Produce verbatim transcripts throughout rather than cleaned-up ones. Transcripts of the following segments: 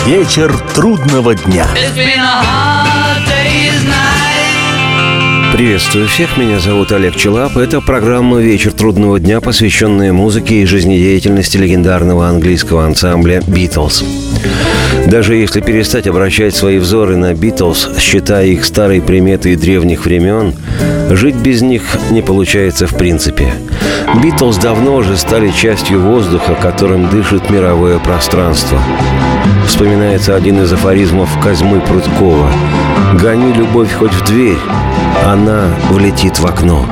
Вечер трудного дня. Приветствую всех, меня зовут Олег Челап. Это программа «Вечер трудного дня», посвященная музыке и жизнедеятельности легендарного английского ансамбля «Битлз». Даже если перестать обращать свои взоры на «Битлз», считая их старой приметой древних времен, жить без них не получается в принципе. «Битлз» давно уже стали частью воздуха, которым дышит мировое пространство. Вспоминается один из афоризмов Козьмы Прудкова: «Гони любовь хоть в дверь, она влетит в окно».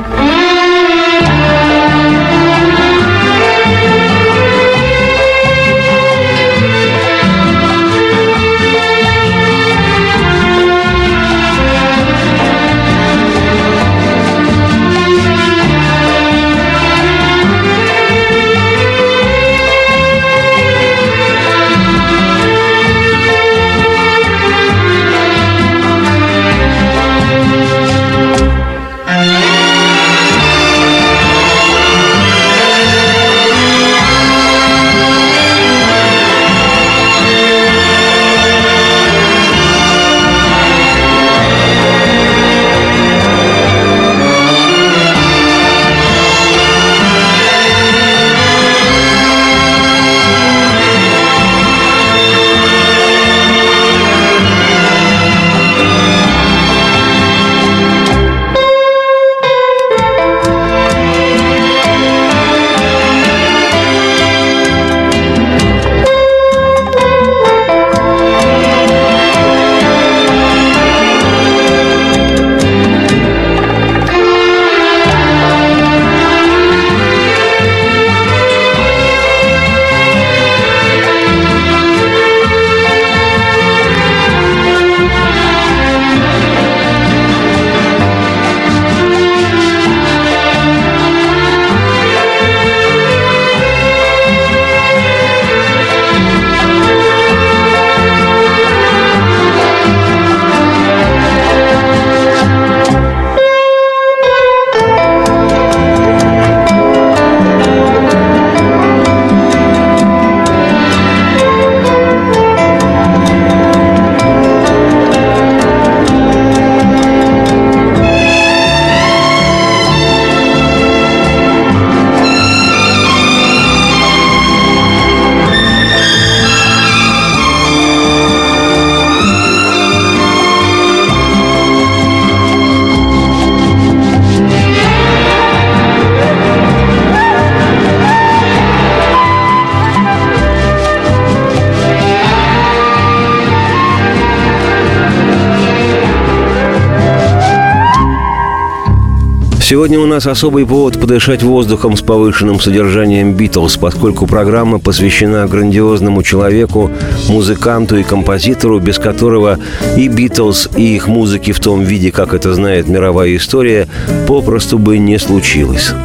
Сегодня у нас особый повод подышать воздухом с повышенным содержанием «Битлз», поскольку программа посвящена грандиозному человеку, музыканту и композитору, без которого и «Битлз», и их музыки в том виде, как это знает мировая история, попросту бы не случилось.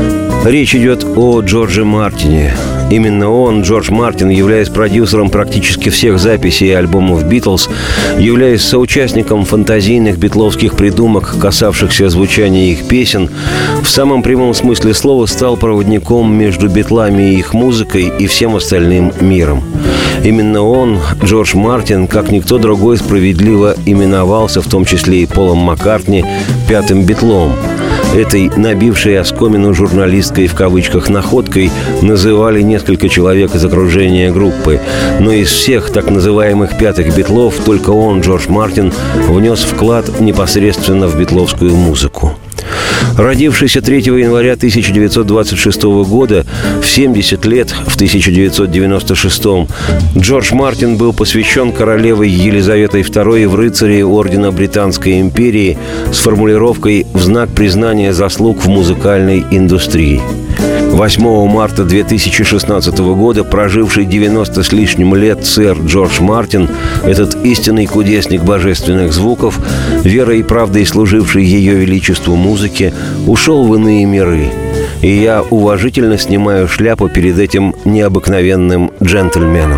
Речь идет о Джордже Мартине. Именно он, Джордж Мартин, являясь продюсером практически всех записей и альбомов «Битлз», являясь соучастником фантазийных битловских придумок, касавшихся звучания их песен, в самом прямом смысле слова стал проводником между битлами и их музыкой и всем остальным миром. Именно он, Джордж Мартин, как никто другой, справедливо именовался, в том числе и Полом Маккартни, «пятым битлом». Этой набившей оскомину журналисткой в кавычках находкой называли несколько человек из окружения группы. Но из всех так называемых «пятых битлов» только он, Джордж Мартин, внес вклад непосредственно в битловскую музыку. Родившийся третьего января тысяча девятьсот двадцать шестого года, в семьдесят лет, в тысяча девятьсот девяносто шестом, Джордж Мартин был посвящен королевой Елизаветой второй в рыцари ордена Британской империи с формулировкой «в знак признания заслуг в музыкальной индустрии». восьмого марта две тысячи шестнадцатого года проживший девяносто с лишним лет сэр Джордж Мартин, этот истинный кудесник божественных звуков, верой и правдой служивший ее величеству музыке, ушел в иные миры. И я уважительно снимаю шляпу перед этим необыкновенным джентльменом.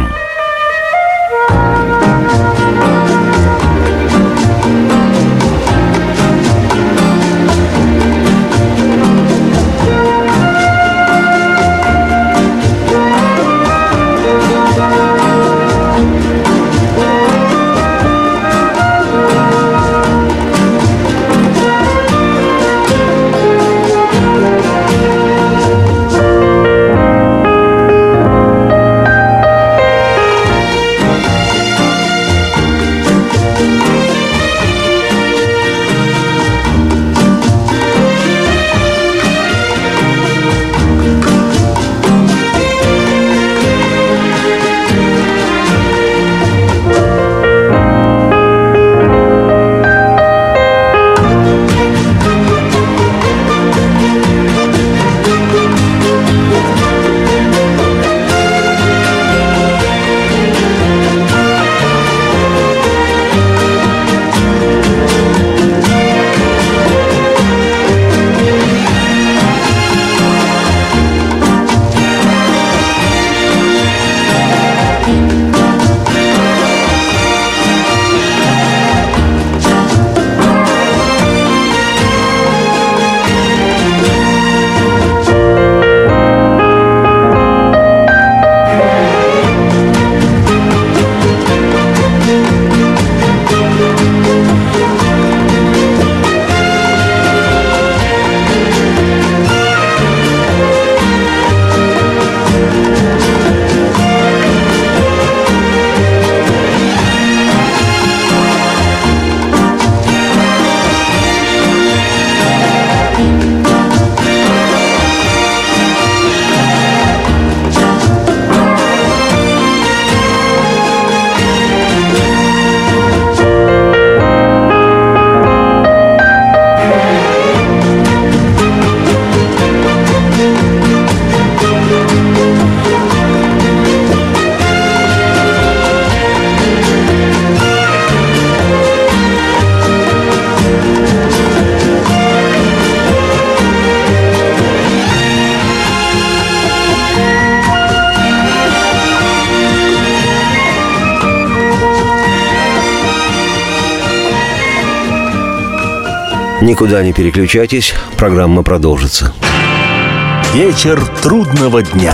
Никуда не переключайтесь, программа продолжится. Вечер трудного дня.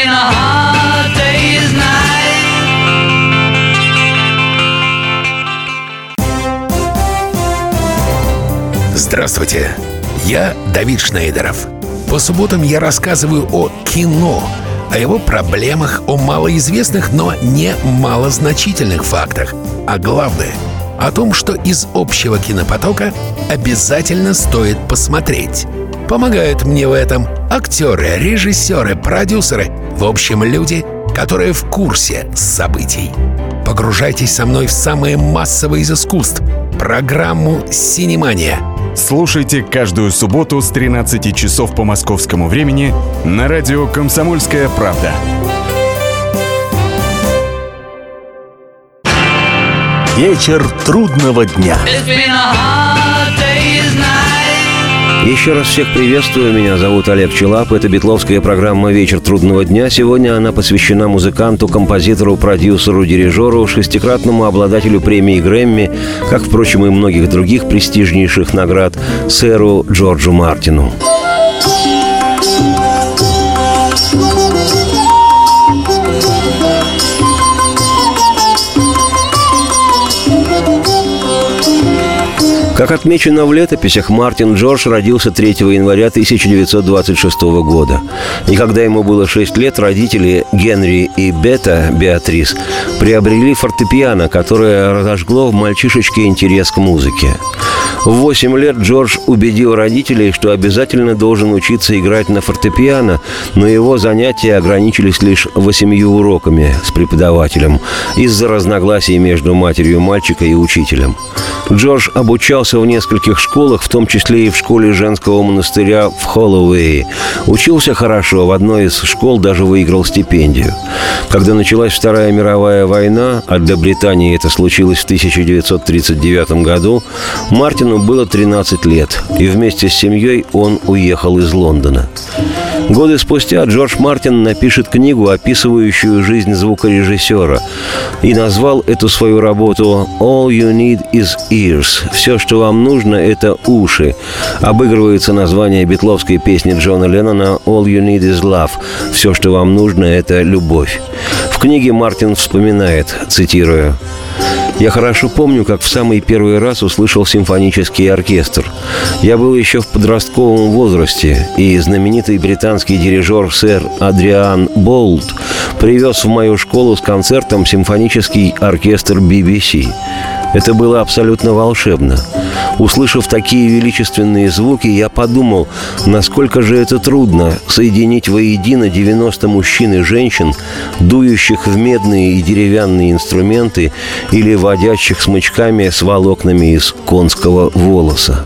Здравствуйте, я Давид Шнейдеров. По субботам я рассказываю о кино, о его проблемах, о малоизвестных, но не малозначительных фактах. А главное — о том, что из общего кинопотока обязательно стоит посмотреть. Помогают мне в этом актеры, режиссеры, продюсеры, в общем, люди, которые в курсе событий. Погружайтесь со мной в самое массовое из искусств — программу «Синемания». Слушайте каждую субботу с тринадцати часов по московскому времени на радио «Комсомольская правда». Вечер трудного дня. Еще раз всех приветствую, меня зовут Олег Челап. Это битловская программа «Вечер трудного дня». Сегодня она посвящена музыканту, композитору, продюсеру, дирижеру, шестикратному обладателю премии Грэмми, как, впрочем, и многих других престижнейших наград, сэру Джорджу Мартину. Как отмечено в летописях, Мартин Джордж родился третьего января тысяча девятьсот двадцать шестого года. И когда ему было шесть лет, родители Генри и Бета, Беатрис, приобрели фортепиано, которое разожгло в мальчишечке интерес к музыке. В восемь лет Джордж убедил родителей, что обязательно должен учиться играть на фортепиано, но его занятия ограничились лишь восемью уроками с преподавателем из-за разногласий между матерью мальчика и учителем. Джордж обучался в нескольких школах, в том числе и в школе женского монастыря в Холлоуэе. Учился хорошо, в одной из школ даже выиграл стипендию. Когда началась Вторая мировая война, а для Британии это случилось в тысяча девятьсот тридцать девятом году, Мартину было тринадцать лет, и вместе с семьей он уехал из Лондона. Годы спустя Джордж Мартин напишет книгу, описывающую жизнь звукорежиссера, и назвал эту свою работу «All you need is ears». «Все, что вам нужно, это уши». Обыгрывается название битловской песни Джона Леннона «All you need is love». «Все, что вам нужно, это любовь». В книге Мартин вспоминает, цитирую: «Я хорошо помню, как в самый первый раз услышал симфонический оркестр. Я был еще в подростковом возрасте, и знаменитый британский дирижер сэр Адриан Болт привез в мою школу с концертом симфонический оркестр би би си. Это было абсолютно волшебно. Услышав такие величественные звуки, я подумал, насколько же это трудно соединить воедино девяносто мужчин и женщин, дующих в медные и деревянные инструменты или водящих смычками с волокнами из конского волоса».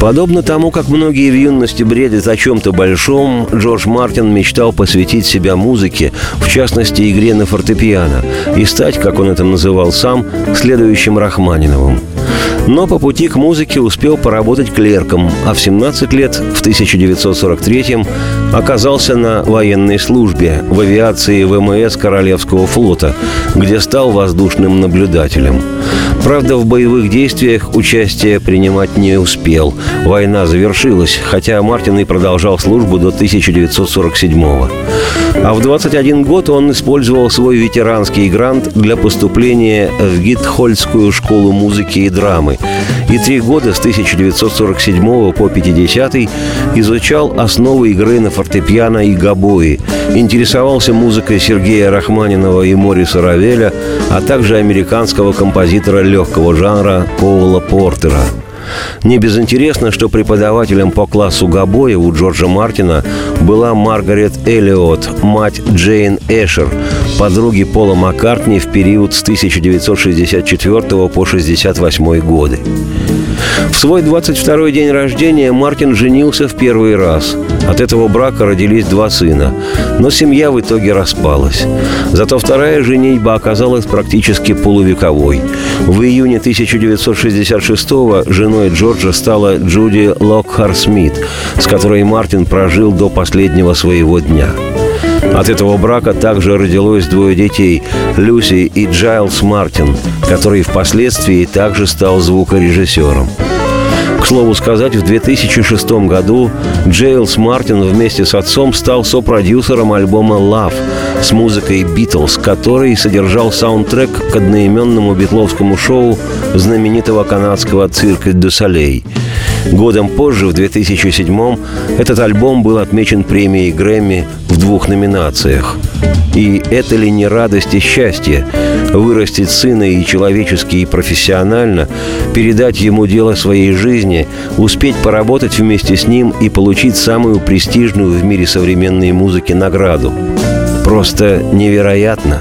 Подобно тому, как многие в юности бредят о чем-то большом, Джордж Мартин мечтал посвятить себя музыке, в частности, игре на фортепиано, и стать, как он это называл сам, следующим Рахманиновым. Но по пути к музыке успел поработать клерком, а в семнадцать лет, в тысяча девятьсот сорок третьем, оказался на военной службе в авиации ВМС Королевского флота, где стал воздушным наблюдателем. Правда, в боевых действиях участие принимать не успел. Война завершилась, хотя Мартин и продолжал службу до тысяча девятьсот сорок седьмого. А в двадцать один год он использовал свой ветеранский грант для поступления в Гитхольдскую школу музыки и драмы. И три года с тысяча девятьсот сорок седьмого по пятидесятый изучал основы игры на фортепиано и гобое, интересовался музыкой Сергея Рахманинова и Мориса Равеля, а также американского композитора легкого жанра Коула Портера. Не безинтересно, что преподавателем по классу гобоя у Джорджа Мартина была Маргарет Эллиот, мать Джейн Эшер, подруги Пола Маккартни в период с тысяча девятьсот шестьдесят четвёртого по шестьдесят восьмой годы. В свой двадцать второй день рождения Мартин женился в первый раз. От этого брака родились два сына, но семья в итоге распалась. Зато вторая женитьба оказалась практически полувековой. В июне тысяча девятьсот шестьдесят шестого женой Джорджа стала Джуди Локхар Смит, с которой Мартин прожил до последнего своего дня. От этого брака также родилось двое детей – Люси и Джайлс Мартин, который впоследствии также стал звукорежиссером. К слову сказать, в две тысячи шестом году Джейлс Мартин вместе с отцом стал сопродюсером альбома «Love» с музыкой «Битлз», который содержал саундтрек к одноименному битловскому шоу знаменитого канадского «Цирка дю Солей». Годом позже, в две тысячи седьмом, этот альбом был отмечен премией Грэмми в двух номинациях. И это ли не радость и счастье – вырастить сына и человечески, и профессионально, передать ему дело своей жизни, успеть поработать вместе с ним и получить самую престижную в мире современной музыки награду? Просто невероятно!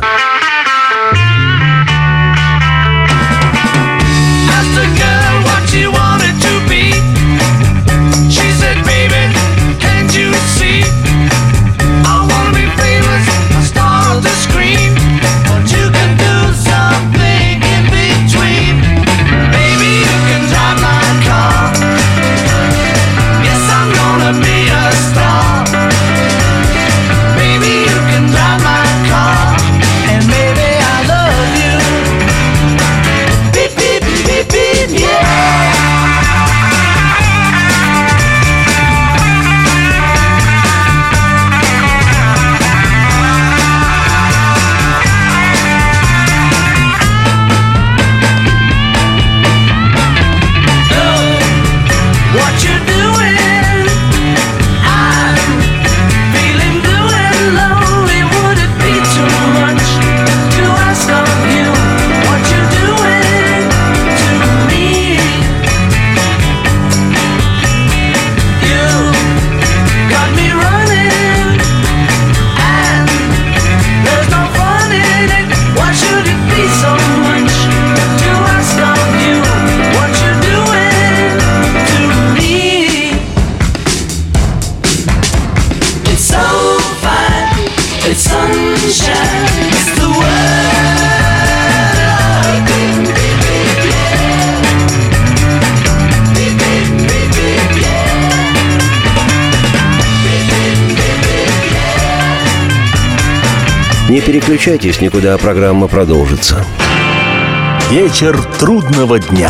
Не переключайтесь никуда, программа продолжится. Вечер трудного дня.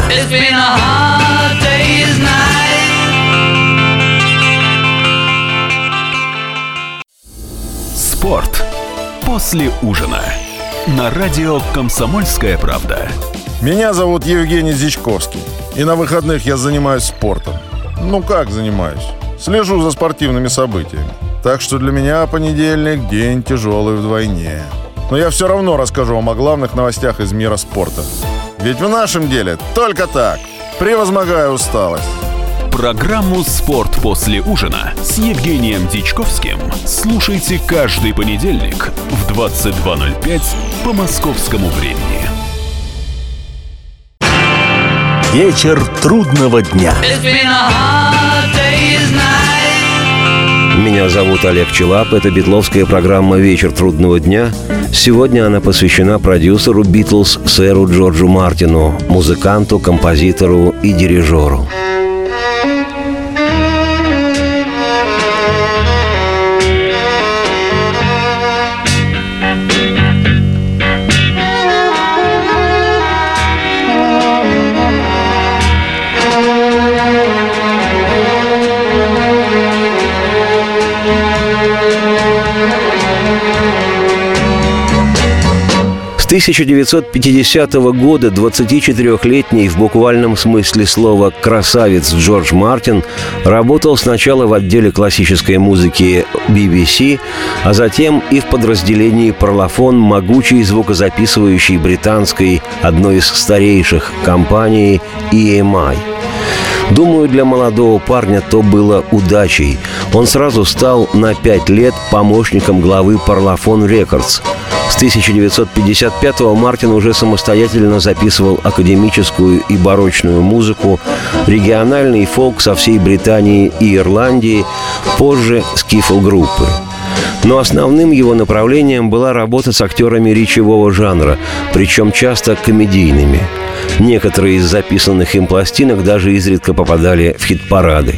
Спорт после ужина. На радио «Комсомольская правда». Меня зовут Евгений Зичковский. И на выходных я занимаюсь спортом. Ну как занимаюсь? Слежу за спортивными событиями. Так что для меня понедельник – день тяжелый вдвойне. Но я все равно расскажу вам о главных новостях из мира спорта. Ведь в нашем деле только так, превозмогая усталость. Программу «Спорт после ужина» с Евгением Дичковским слушайте каждый понедельник в двадцать два ноль пять по московскому времени. Вечер трудного дня. Меня зовут Олег Челап. Это битловская программа «Вечер трудного дня». Сегодня она посвящена продюсеру «Битлз» сэру Джорджу Мартину, музыканту, композитору и дирижеру. С тысяча девятьсот пятидесятого года двадцатичетырёхлетний в буквальном смысле слова «красавец» Джордж Мартин работал сначала в отделе классической музыки би би си, а затем и в подразделении «Парлофон» могучей звукозаписывающей британской, одной из старейших компаний и эм ай. Думаю, для молодого парня то было удачей. Он сразу стал на пять лет помощником главы Parlophone Records. С тысяча девятьсот пятьдесят пятого Мартин уже самостоятельно записывал академическую и барочную музыку, региональный фолк со всей Британии и Ирландии, позже скифл-группы. Но основным его направлением была работа с актерами речевого жанра, причем часто комедийными. Некоторые из записанных им пластинок даже изредка попадали в хит-парады.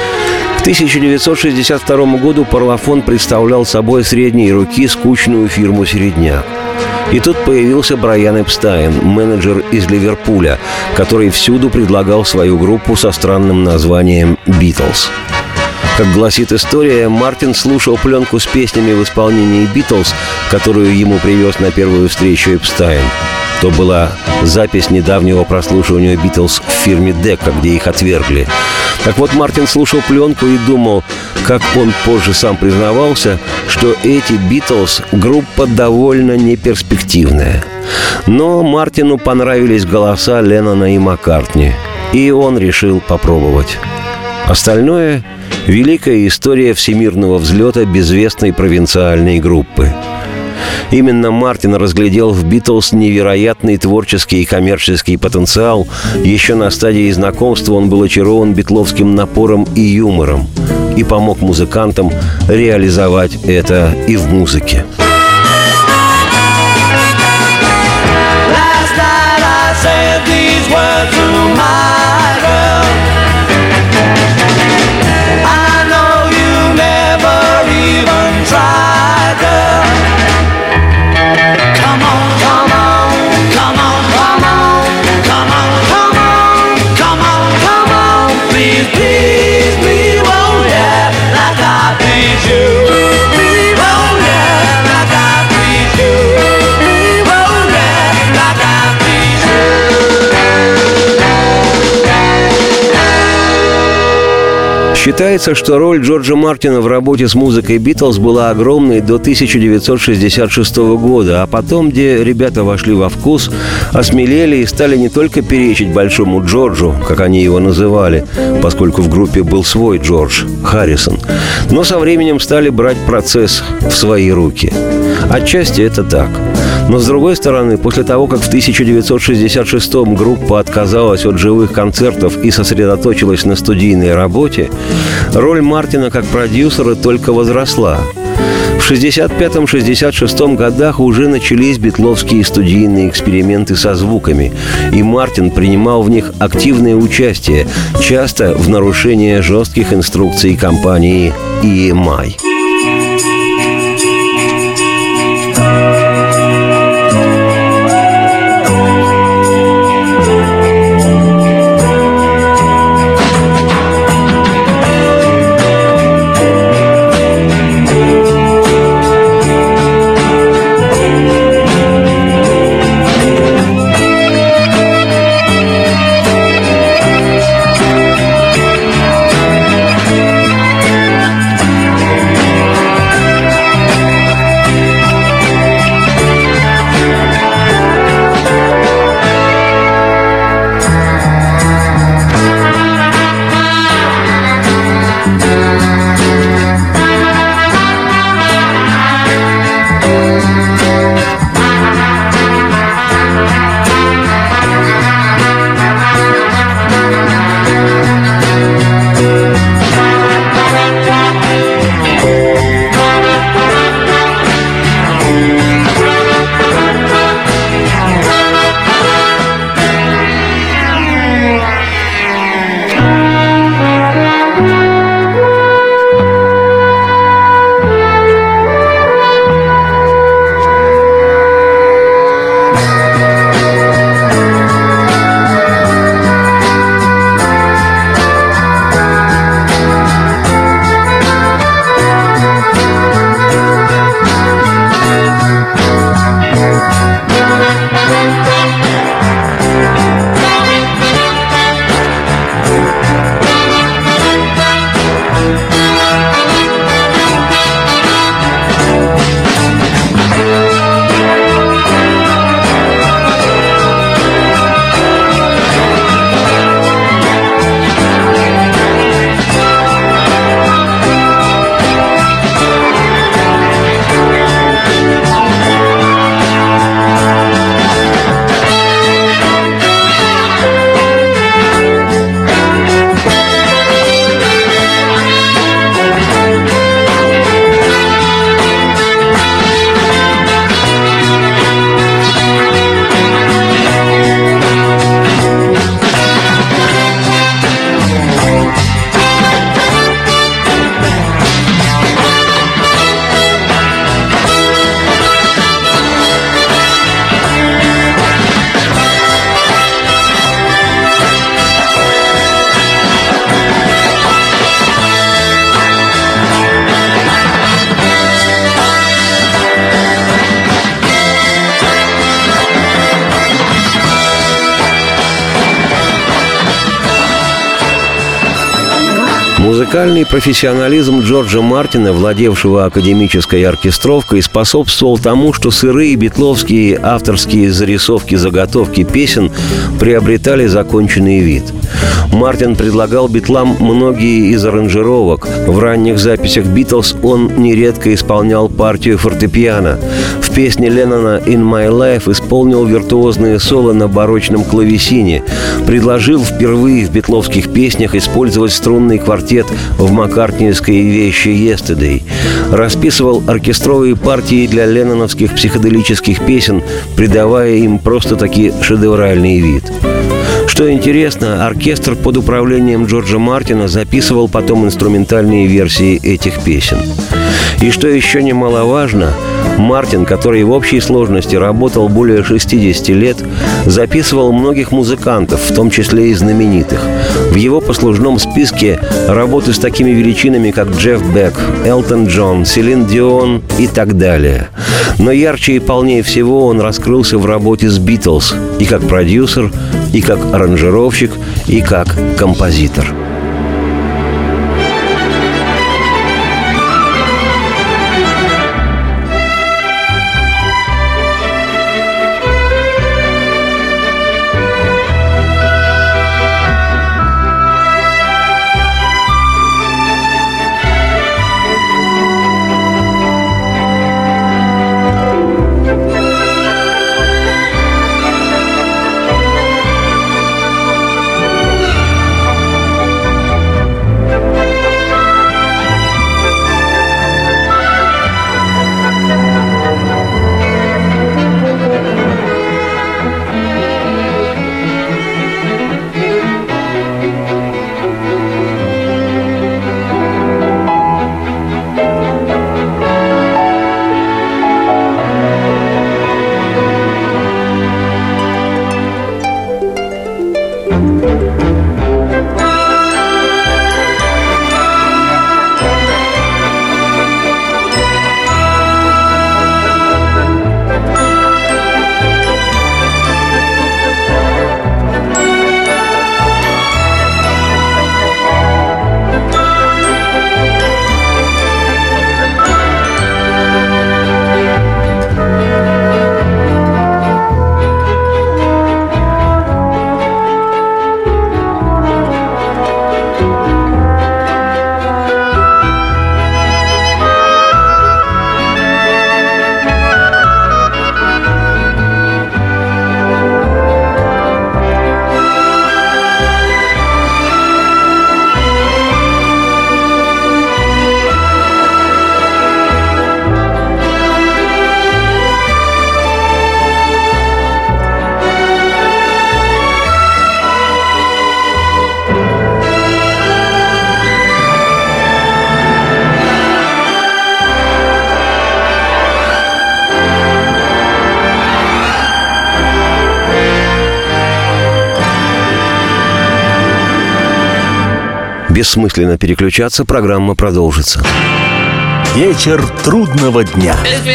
К тысяча девятьсот шестьдесят второму году Parlophone представлял собой средней руки скучную фирму «Середняк». И тут появился Брайан Эпстайн, менеджер из Ливерпуля, который всюду предлагал свою группу со странным названием «Битлз». Как гласит история, Мартин слушал пленку с песнями в исполнении «Битлз», которую ему привез на первую встречу Эпстайн. То была запись недавнего прослушивания «Битлз» в фирме «Декка», где их отвергли. Так вот, Мартин слушал пленку и думал, как он позже сам признавался, что эти «Битлз» — группа довольно неперспективная. Но Мартину понравились голоса Леннона и Маккартни, и он решил попробовать. Остальное — великая история всемирного взлета безвестной провинциальной группы. Именно Мартин разглядел в «Битлз» невероятный творческий и коммерческий потенциал. Еще на стадии знакомства он был очарован битловским напором и юмором и помог музыкантам реализовать это и в музыке. Считается, что роль Джорджа Мартина в работе с музыкой «Битлз» была огромной до тысяча девятьсот шестьдесят шестого года, а потом, где ребята вошли во вкус, осмелели и стали не только перечить Большому Джорджу, как они его называли, поскольку в группе был свой Джордж, Харрисон, но со временем стали брать процесс в свои руки. Отчасти это так. Но, с другой стороны, после того, как в тысяча девятьсот шестьдесят шестом группа отказалась от живых концертов и сосредоточилась на студийной работе, роль Мартина как продюсера только возросла. В шестьдесят пятом — шестьдесят шестом годах уже начались битловские студийные эксперименты со звуками, и Мартин принимал в них активное участие, часто в нарушение жестких инструкций компании и эм ай. Музыкальный профессионализм Джорджа Мартина, владевшего академической оркестровкой, способствовал тому, что сырые битловские авторские зарисовки-заготовки песен приобретали законченный вид. Мартин предлагал битлам многие из аранжировок. В ранних записях «Битлз» он нередко исполнял партию фортепиано. В песне Леннона «In My Life» исполнил виртуозные соло на барочном клавесине. Предложил впервые в битловских песнях использовать струнный квартет в маккартниевской вещи «Yesterday». Расписывал оркестровые партии для ленноновских психоделических песен, придавая им просто-таки шедевральный вид. Что интересно, оркестр под управлением Джорджа Мартина записывал потом инструментальные версии этих песен. И что еще немаловажно, Мартин, который в общей сложности работал более шестидесяти лет, записывал многих музыкантов, в том числе и знаменитых. В его послужном списке работы с такими величинами, как Джефф Бек, Элтон Джон, Селин Дион и так далее. Но ярче и полнее всего он раскрылся в работе с «Битлз» и как продюсер, и как аранжировщик, и как композитор. Бессмысленно переключаться, программа продолжится. Вечер трудного дня.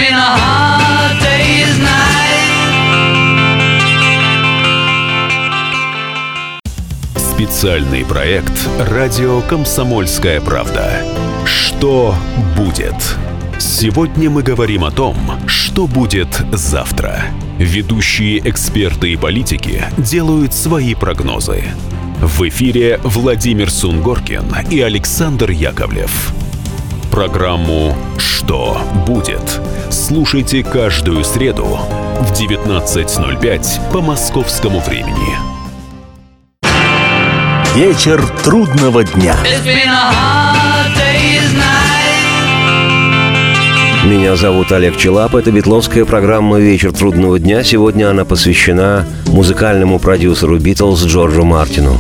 Специальный проект «Радио Комсомольская правда». Что будет? Сегодня мы говорим о том, что будет завтра. Ведущие эксперты и политики делают свои прогнозы. В эфире Владимир Сунгоркин и Александр Яковлев. Программу «Что будет?» слушайте каждую среду в девятнадцать ноль пять по московскому времени. Вечер трудного дня. Меня зовут Олег Челап. Это битловская программа «Вечер трудного дня». Сегодня она посвящена музыкальному продюсеру «Битлз» Джорджу Мартину.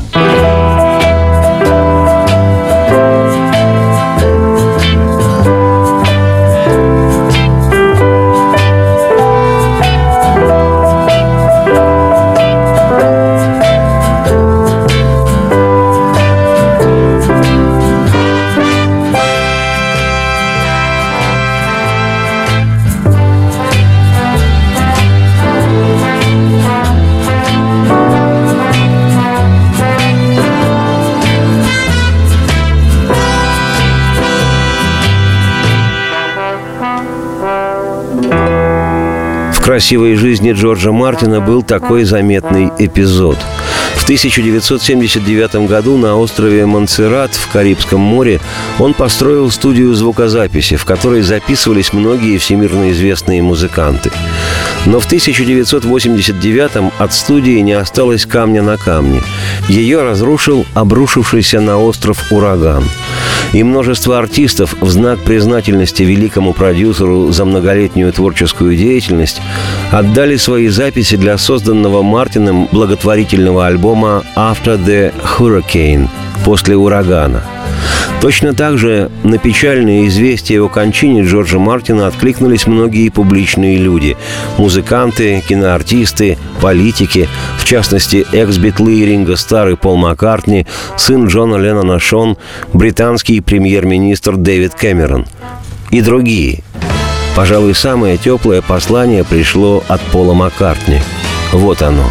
красивой жизни Джорджа Мартина был такой заметный эпизод. В тысяча девятьсот семьдесят девятом году на острове Монсеррат в Карибском море он построил студию звукозаписи, в которой записывались многие всемирно известные музыканты. Но в тысяча девятьсот восемьдесят девятом от студии не осталось камня на камне. Ее разрушил обрушившийся на остров ураган. И множество артистов в знак признательности великому продюсеру за многолетнюю творческую деятельность отдали свои записи для созданного Мартином благотворительного альбома «After the Hurricane» – «После урагана». Точно так же на печальные известия о кончине Джорджа Мартина откликнулись многие публичные люди – музыканты, киноартисты, политики, в частности, экс-битлы Ринго Старр и Пол Маккартни, сын Джона Леннона Шон, британский премьер-министр Дэвид Кэмерон и другие. Пожалуй, самое теплое послание пришло от Пола Маккартни. Вот оно.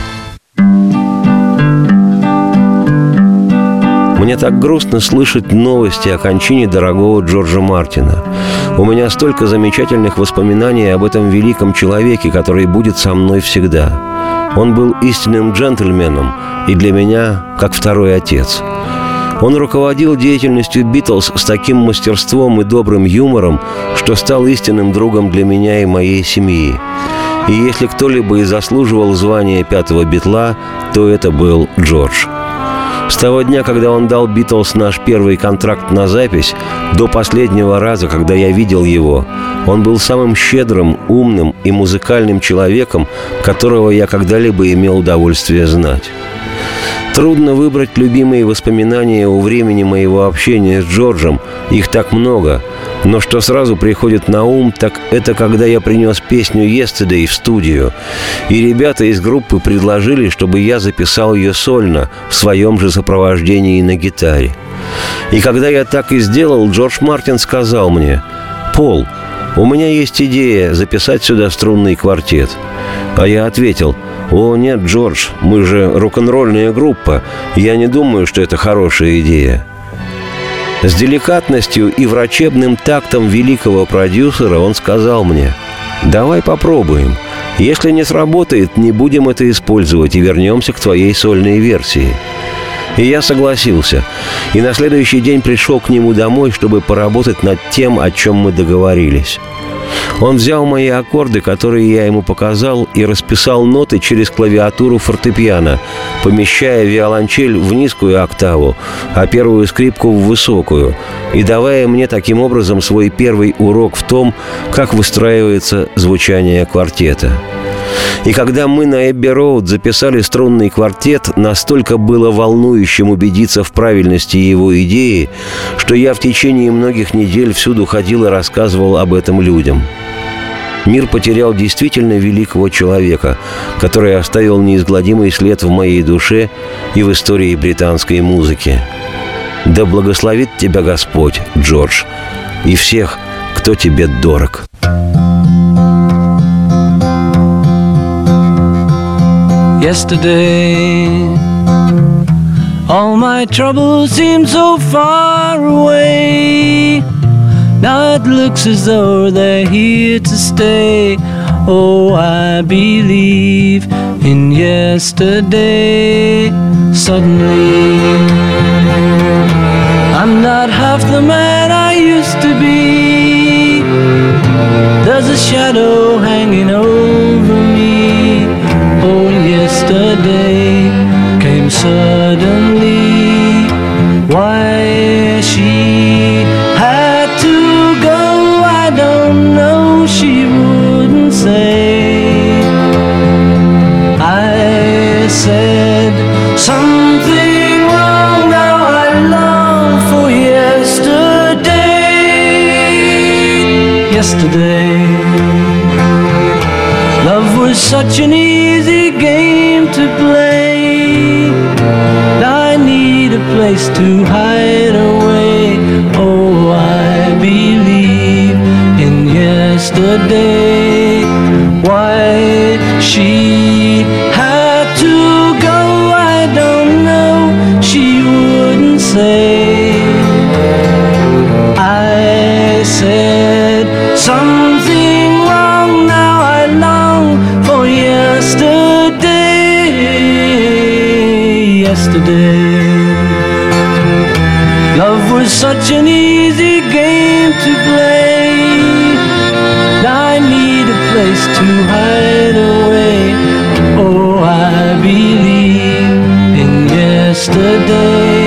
Мне так грустно слышать новости о кончине дорогого Джорджа Мартина. У меня столько замечательных воспоминаний об этом великом человеке, который будет со мной всегда. Он был истинным джентльменом и для меня как второй отец. Он руководил деятельностью «Битлз» с таким мастерством и добрым юмором, что стал истинным другом для меня и моей семьи. И если кто-либо и заслуживал звания пятого Битла, то это был Джордж. С того дня, когда он дал «Битлз» наш первый контракт на запись, до последнего раза, когда я видел его, он был самым щедрым, умным и музыкальным человеком, которого я когда-либо имел удовольствие знать. Трудно выбрать любимые воспоминания о времени моего общения с Джорджем, их так много, но что сразу приходит на ум, так это когда я принес песню «Yesterday» в студию, и ребята из группы предложили, чтобы я записал ее сольно, в своем же сопровождении на гитаре. И когда я так и сделал, Джордж Мартин сказал мне: «Пол, у меня есть идея записать сюда струнный квартет». А я ответил: «О, нет, Джордж, мы же рок-н-ролльная группа, я не думаю, что это хорошая идея». С деликатностью и врачебным тактом великого продюсера он сказал мне: «Давай попробуем. Если не сработает, не будем это использовать и вернемся к твоей сольной версии». И я согласился. И на следующий день пришел к нему домой, чтобы поработать над тем, о чем мы договорились. Он взял мои аккорды, которые я ему показал, и расписал ноты через клавиатуру фортепиано, помещая виолончель в низкую октаву, а первую скрипку в высокую, и давая мне таким образом свой первый урок в том, как выстраивается звучание квартета. И когда мы на Эбби-Роуд записали струнный квартет, настолько было волнующим убедиться в правильности его идеи, что я в течение многих недель всюду ходил и рассказывал об этом людям. Мир потерял действительно великого человека, который оставил неизгладимый след в моей душе и в истории британской музыки. Да благословит тебя Господь, Джордж, и всех, кто тебе дорог. Yesterday, all my troubles seem so far away. Now it looks as though they're here to stay. Oh, I believe in yesterday. Suddenly, I'm not half the man I used to be. There's a shadow hanging over me. Oh, yesterday came suddenly. Why she had to go, I don't know, she wouldn't say. I said something wrong, now I long for yesterday. Yesterday, love was such an easy game to play. Now I need a place to hide away. Oh, I believe in yesterday. Why she had to go, I don't know, she wouldn't say. I said something wrong, now I long yesterday. Love was such an easy game to play. I need a place to hide away. Oh, I believe in yesterday.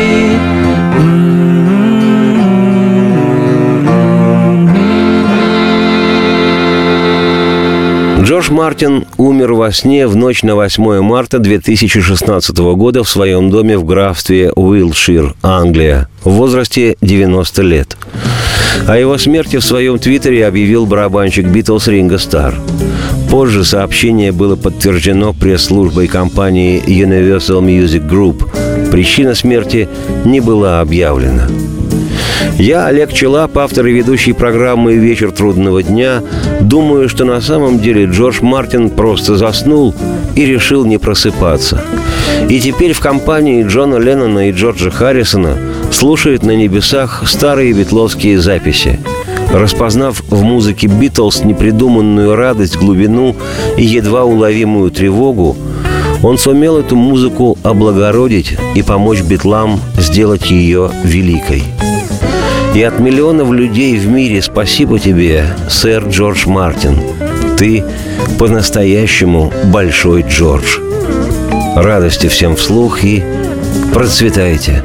Джордж Мартин умер во сне в ночь на восьмое марта две тысячи шестнадцатого года в своем доме в графстве Уилтшир, Англия, в возрасте девяноста лет. О его смерти в своем твиттере объявил барабанщик Битлз Ринго Старр. Позже сообщение было подтверждено пресс-службой компании Universal Music Group. Причина смерти не была объявлена. Я, Олег Челап, автор и ведущий программы «Вечер трудного дня», думаю, что на самом деле Джордж Мартин просто заснул и решил не просыпаться. И теперь в компании Джона Леннона и Джорджа Харрисона слушает на небесах старые битловские записи. Распознав в музыке «Битлз» непридуманную радость, глубину и едва уловимую тревогу, он сумел эту музыку облагородить и помочь битлам сделать ее великой. И от миллионов людей в мире спасибо тебе, сэр Джордж Мартин. Ты по-настоящему большой Джордж. Радости всем вслух и процветайте.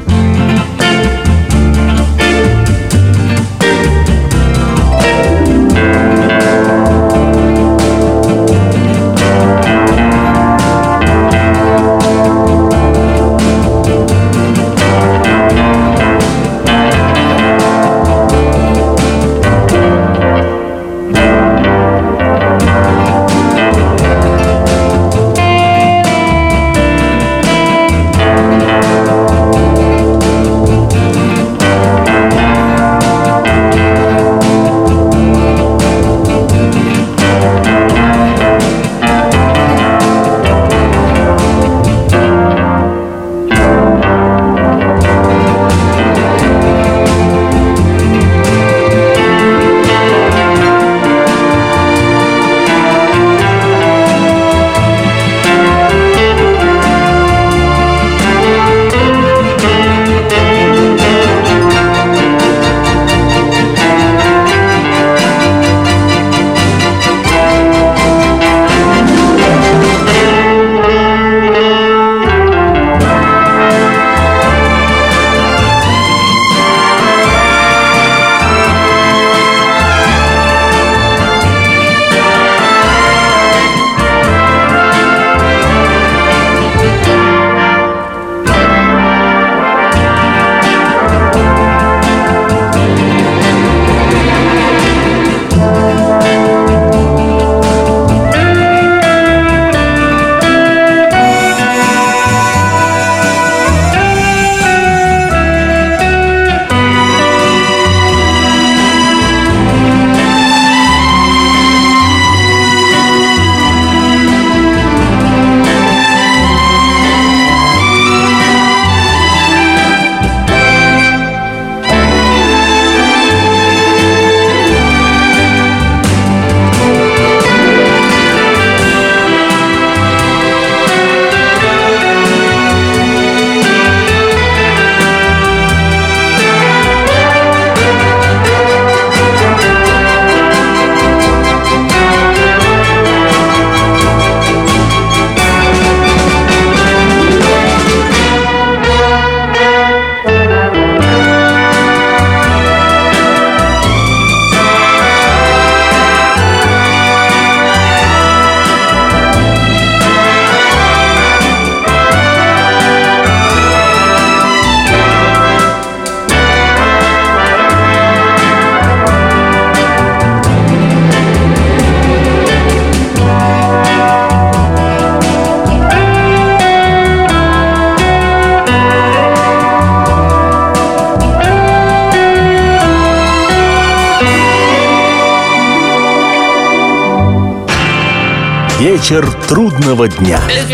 Вечер трудного дня.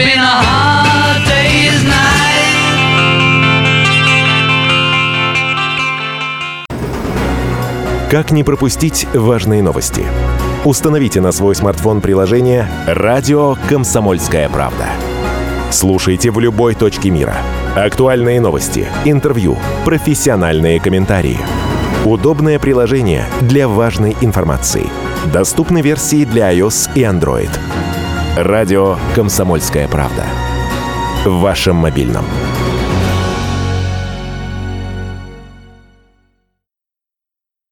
Как не пропустить важные новости? Установите на свой смартфон приложение «Радио Комсомольская правда». Слушайте в любой точке мира. Актуальные новости, интервью, профессиональные комментарии. Удобное приложение для важной информации. Доступны версии для iOS и Android. Радио «Комсомольская правда». В вашем мобильном.